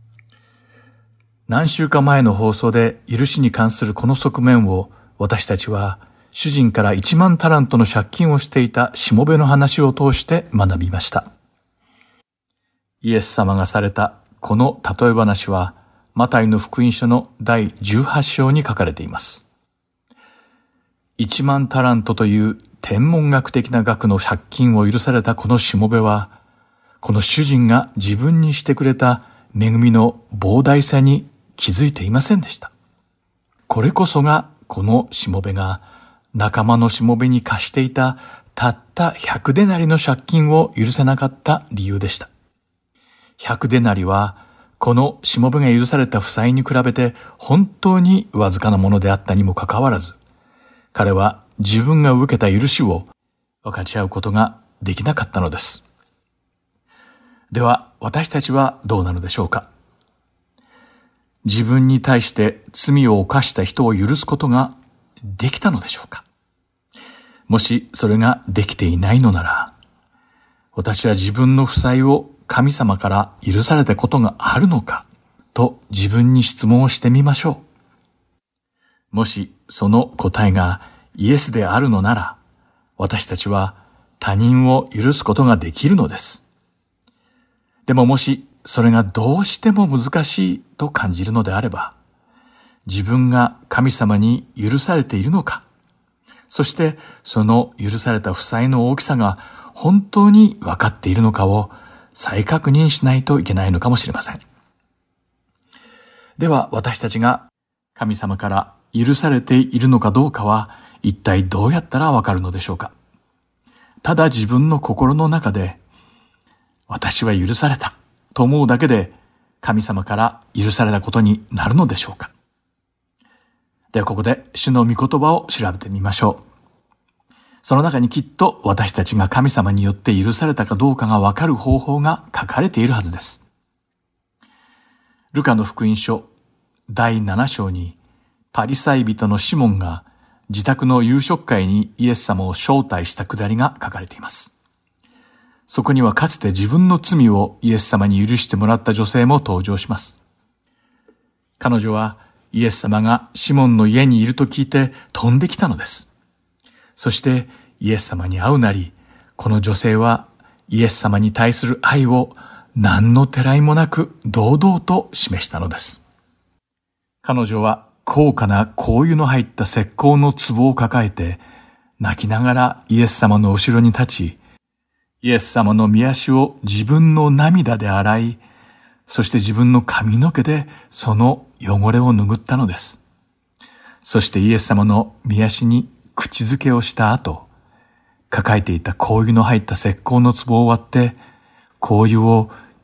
何週間前の放送で許しに関するこの側面を私たちは主人からいちまんタラントの借金をしていたしもべの話を通して学びました。イエス様がされたこの例え話はマタイの福音書のだいじゅうはち章に書かれています。いちまんタラントという天文学的な額の借金を許されたこのしもべは、この主人が自分にしてくれた恵みの膨大さに気づいていませんでした。これこそがこのしもべが仲間のしもべに貸していたたったひゃくデナリの借金を許せなかった理由でした。ひゃくデナリはこのしもべが許された負債に比べて本当にわずかなものであったにもかかわらず、彼は自分が受けた許しを分かち合うことができなかったのです。では私たちはどうなのでしょうか。自分に対して罪を犯した人を許すことができたのでしょうか。もしそれができていないのなら、私は自分の負債を神様から許されたことがあるのかと自分に質問をしてみましょう。もしその答えがイエスであるのなら、私たちは他人を許すことができるのです。でももしそれがどうしても難しいと感じるのであれば、自分が神様に許されているのか、そしてその許された負債の大きさが本当に分かっているのかを再確認しないといけないのかもしれません。では私たちが神様から許されているのかどうかは一体どうやったらわかるのでしょうか。ただ自分の心の中で私は許されたと思うだけで神様から許されたことになるのでしょうか。ではここで主の御言葉を調べてみましょう。その中にきっと私たちが神様によって許されたかどうかがわかる方法が書かれているはずです。ルカの福音書だいなな章にパリサイ人のシモンが自宅の夕食会にイエス様を招待したくだりが書かれています。そこにはかつて自分の罪をイエス様に許してもらった女性も登場します。彼女はイエス様がシモンの家にいると聞いて飛んできたのです。そしてイエス様に会うなり、この女性はイエス様に対する愛を何のてらいもなく堂々と示したのです。彼女は高価な香油の入った石膏の壺を抱えて泣きながらイエス様の後ろに立ち、イエス様の御足を自分の涙で洗い、そして自分の髪の毛でその汚れを拭ったのです。そしてイエス様の御足に口づけをした後、抱えていた香油の入った石膏の壺を割って、香油を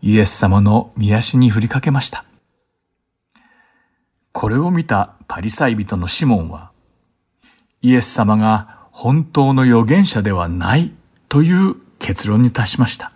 イエス様の御足に振りかけました。これを見たパリサイ人のシモンは、イエス様が本当の預言者ではないという結論に達しました。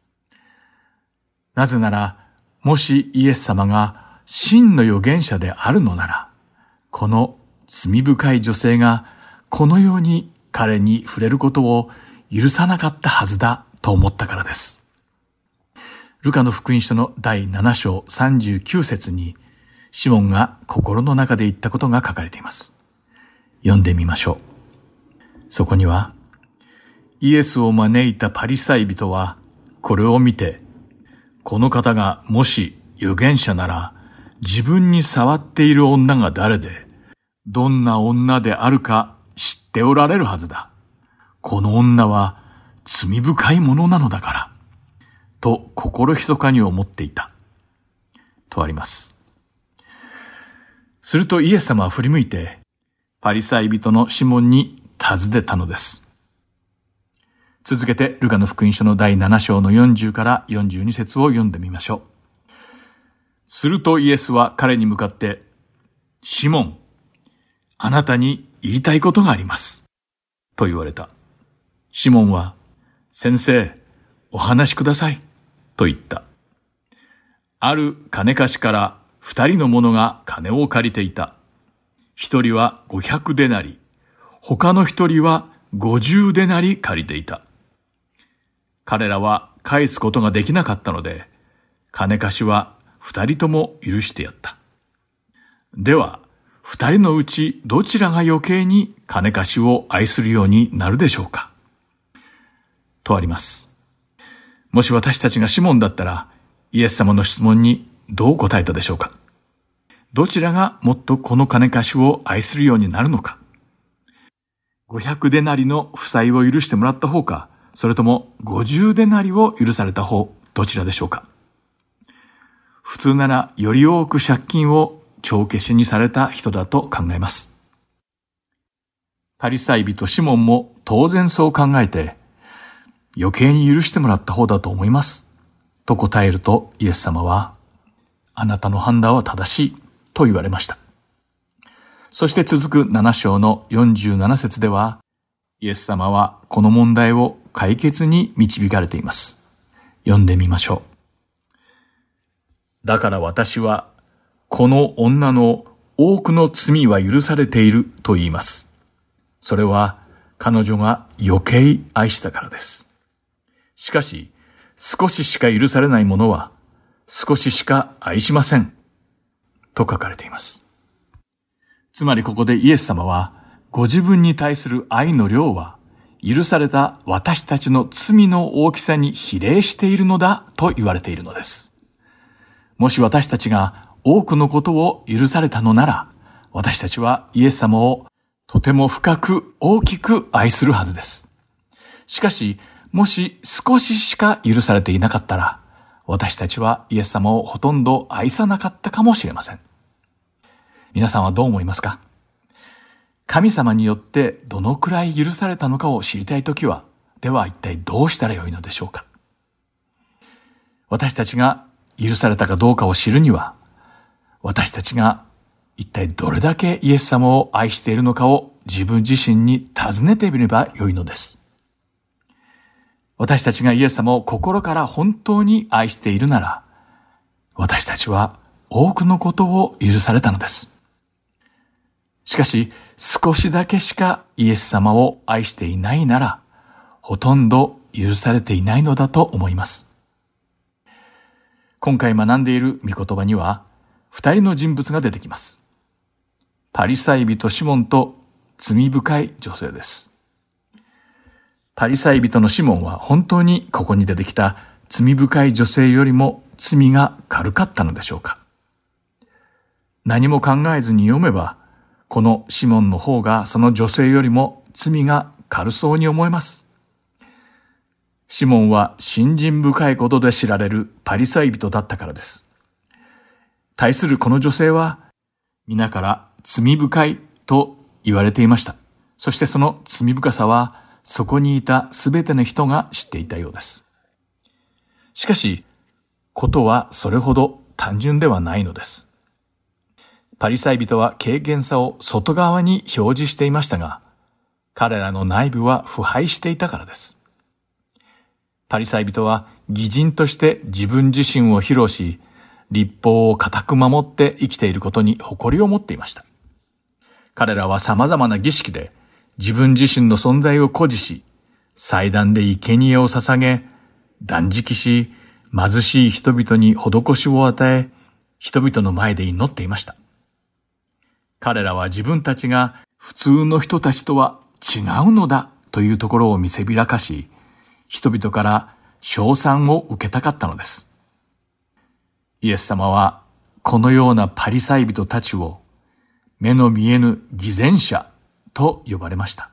なぜなら、もしイエス様が真の預言者であるのなら、この罪深い女性がこのように彼に触れることを許さなかったはずだと思ったからです。ルカの福音書のだいなな章さんじゅうきゅう節に、シモンが心の中で言ったことが書かれています。読んでみましょう。そこには、イエスを招いたパリサイ人は、これを見て、この方がもし預言者なら、自分に触っている女が誰で、どんな女であるか知っておられるはずだ。この女は罪深いものなのだから、と心ひそかに思っていた。とあります。するとイエス様は振り向いて、パリサイ人のシモンに尋ねたのです。続けて、ルカの福音書のだいなな章のよんじゅうからよんじゅうに節を読んでみましょう。するとイエスは彼に向かって、シモン、あなたに言いたいことがあります。と言われた。シモンは、先生、お話しください。と言った。ある金貸しから二人の者が金を借りていた。一人は五百デナリ、他の一人は五十デナリ借りていた。彼らは返すことができなかったので、金貸しは二人とも許してやった。では、二人のうちどちらが余計に金貸しを愛するようになるでしょうか。とあります。もし私たちがシモンだったら、イエス様の質問にどう答えたでしょうか。どちらがもっとこの金貸しを愛するようになるのか。ごひゃくデナリの負債を許してもらった方か、それともごじゅうデナリを許された方、どちらでしょうか。普通ならより多く借金を帳消しにされた人だと考えます。パリサイ人シモンも当然そう考えて、余計に許してもらった方だと思います。と答えるとイエス様は、あなたの判断は正しいと言われました。そして続くなな章のよんじゅうなな節では、イエス様はこの問題を解決に導かれています。読んでみましょう。だから私は、この女の多くの罪は許されていると言います。それは彼女が余計愛したからです。しかし、少ししか許されないものは、少ししか愛しません。と書かれています。つまりここでイエス様は、ご自分に対する愛の量は、許された私たちの罪の大きさに比例しているのだと言われているのです。もし私たちが多くのことを許されたのなら、私たちはイエス様をとても深く大きく愛するはずです。しかし、もし少ししか許されていなかったら、私たちはイエス様をほとんど愛さなかったかもしれません。皆さんはどう思いますか？神様によってどのくらい許されたのかを知りたいときは、では一体どうしたらよいのでしょうか？私たちが許されたかどうかを知るには、私たちが一体どれだけイエス様を愛しているのかを自分自身に尋ねてみればよいのです。私たちがイエス様を心から本当に愛しているなら、私たちは多くのことを許されたのです。しかし、少しだけしかイエス様を愛していないなら、ほとんど許されていないのだと思います。今回学んでいる御言葉には、二人の人物が出てきます。パリサイ人シモンと罪深い女性です。パリサイ人のシモンは本当にここに出てきた罪深い女性よりも罪が軽かったのでしょうか。何も考えずに読めば、このシモンの方がその女性よりも罪が軽そうに思えます。シモンは信心深いことで知られるパリサイ人だったからです。対するこの女性は、皆から罪深いと言われていました。そしてその罪深さは、そこにいたすべての人が知っていたようです。しかし、 ことはそれほど単純ではないのです。パリサイ人は敬虔さを外側に表示していましたが、彼らの内部は腐敗していたからです。パリサイ人は義人として自分自身を披露し、律法を固く守って生きていることに誇りを持っていました。彼らは様々な儀式で自分自身の存在を誇示し、祭壇で生贄を捧げ、断食し、貧しい人々に施しを与え、人々の前で祈っていました。彼らは自分たちが普通の人たちとは違うのだというところを見せびらかし、人々から称賛を受けたかったのです。イエス様はこのようなパリサイ人たちを目の見えぬ偽善者と呼ばれました。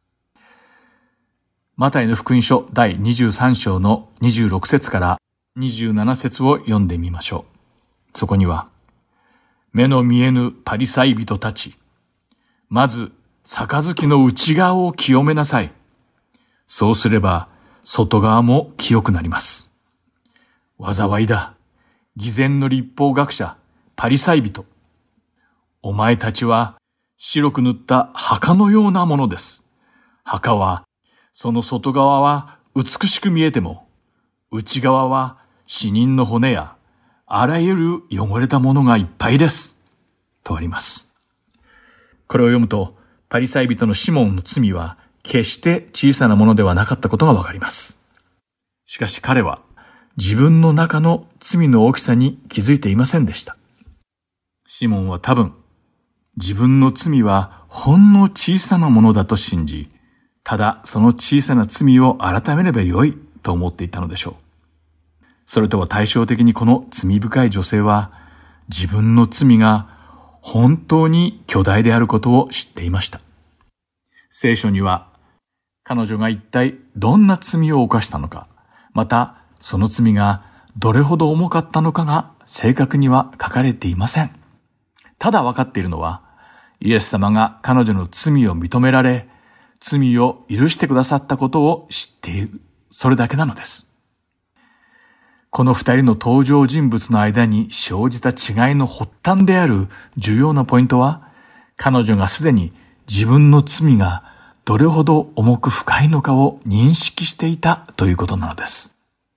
マタイの福音書だいにじゅうさん章のにじゅうろく節からにじゅうなな節を読んでみましょう。そこには、目の見えぬパリサイ人たち、まず杯の内側を清めなさい。そうすれば外側も清くなります。災いだ。偽善の律法学者、パリサイ人。お前たちは白く塗った墓のようなものです。墓は、その外側は美しく見えても、内側は死人の骨やあらゆる汚れたものがいっぱいです。とあります。これを読むと、パリサイ人のシモンの罪は決して小さなものではなかったことがわかります。しかし彼は自分の中の罪の大きさに気づいていませんでした。シモンは多分、自分の罪はほんの小さなものだと信じ、ただその小さな罪を改めればよいと思っていたのでしょう。それとは対照的にこの罪深い女性は自分の罪が本当に巨大であることを知っていました。聖書には彼女が一体どんな罪を犯したのか、またその罪がどれほど重かったのかが正確には書かれていません。ただ分かっているのは、イエス様が彼女の罪を認められ、罪を許してくださったことを知っている。それだけなのです。この二人の登場人物の間に生じた違いの発端である重要なポイントは、彼女がすでに自分の罪がどれほど重く深いのかを認識していたということなのです。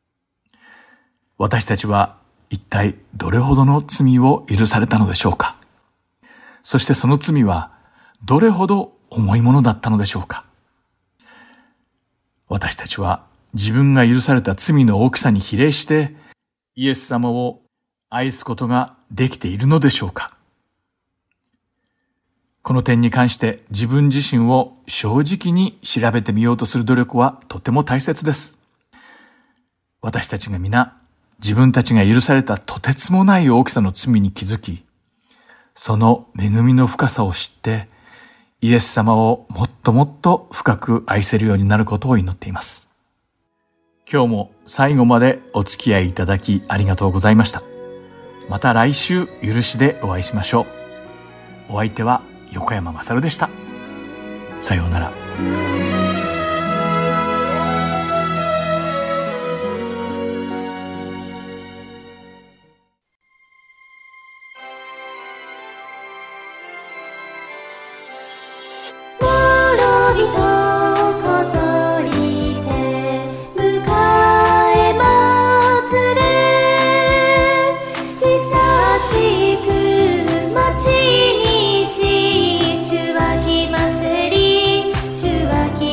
私たちは一体どれほどの罪を許されたのでしょうか。そしてその罪はどれほど重いものだったのでしょうか。私たちは自分が許された罪の大きさに比例してイエス様を愛すことができているのでしょうか。この点に関して自分自身を正直に調べてみようとする努力はとても大切です。私たちが皆自分たちが許されたとてつもない大きさの罪に気づき、その恵みの深さを知ってイエス様をもっともっと深く愛せるようになることを祈っています。今日も最後までお付き合いいただきありがとうございました。また来週許しでお会いしましょう。お相手は横山まさるでした。さようなら。 主は来ますり、主は来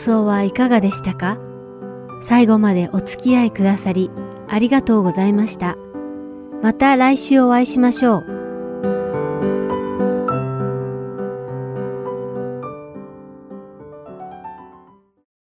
送はいかがでしたか？最後までお付き合いくださりありがとうございました。また来週お会いしましょう。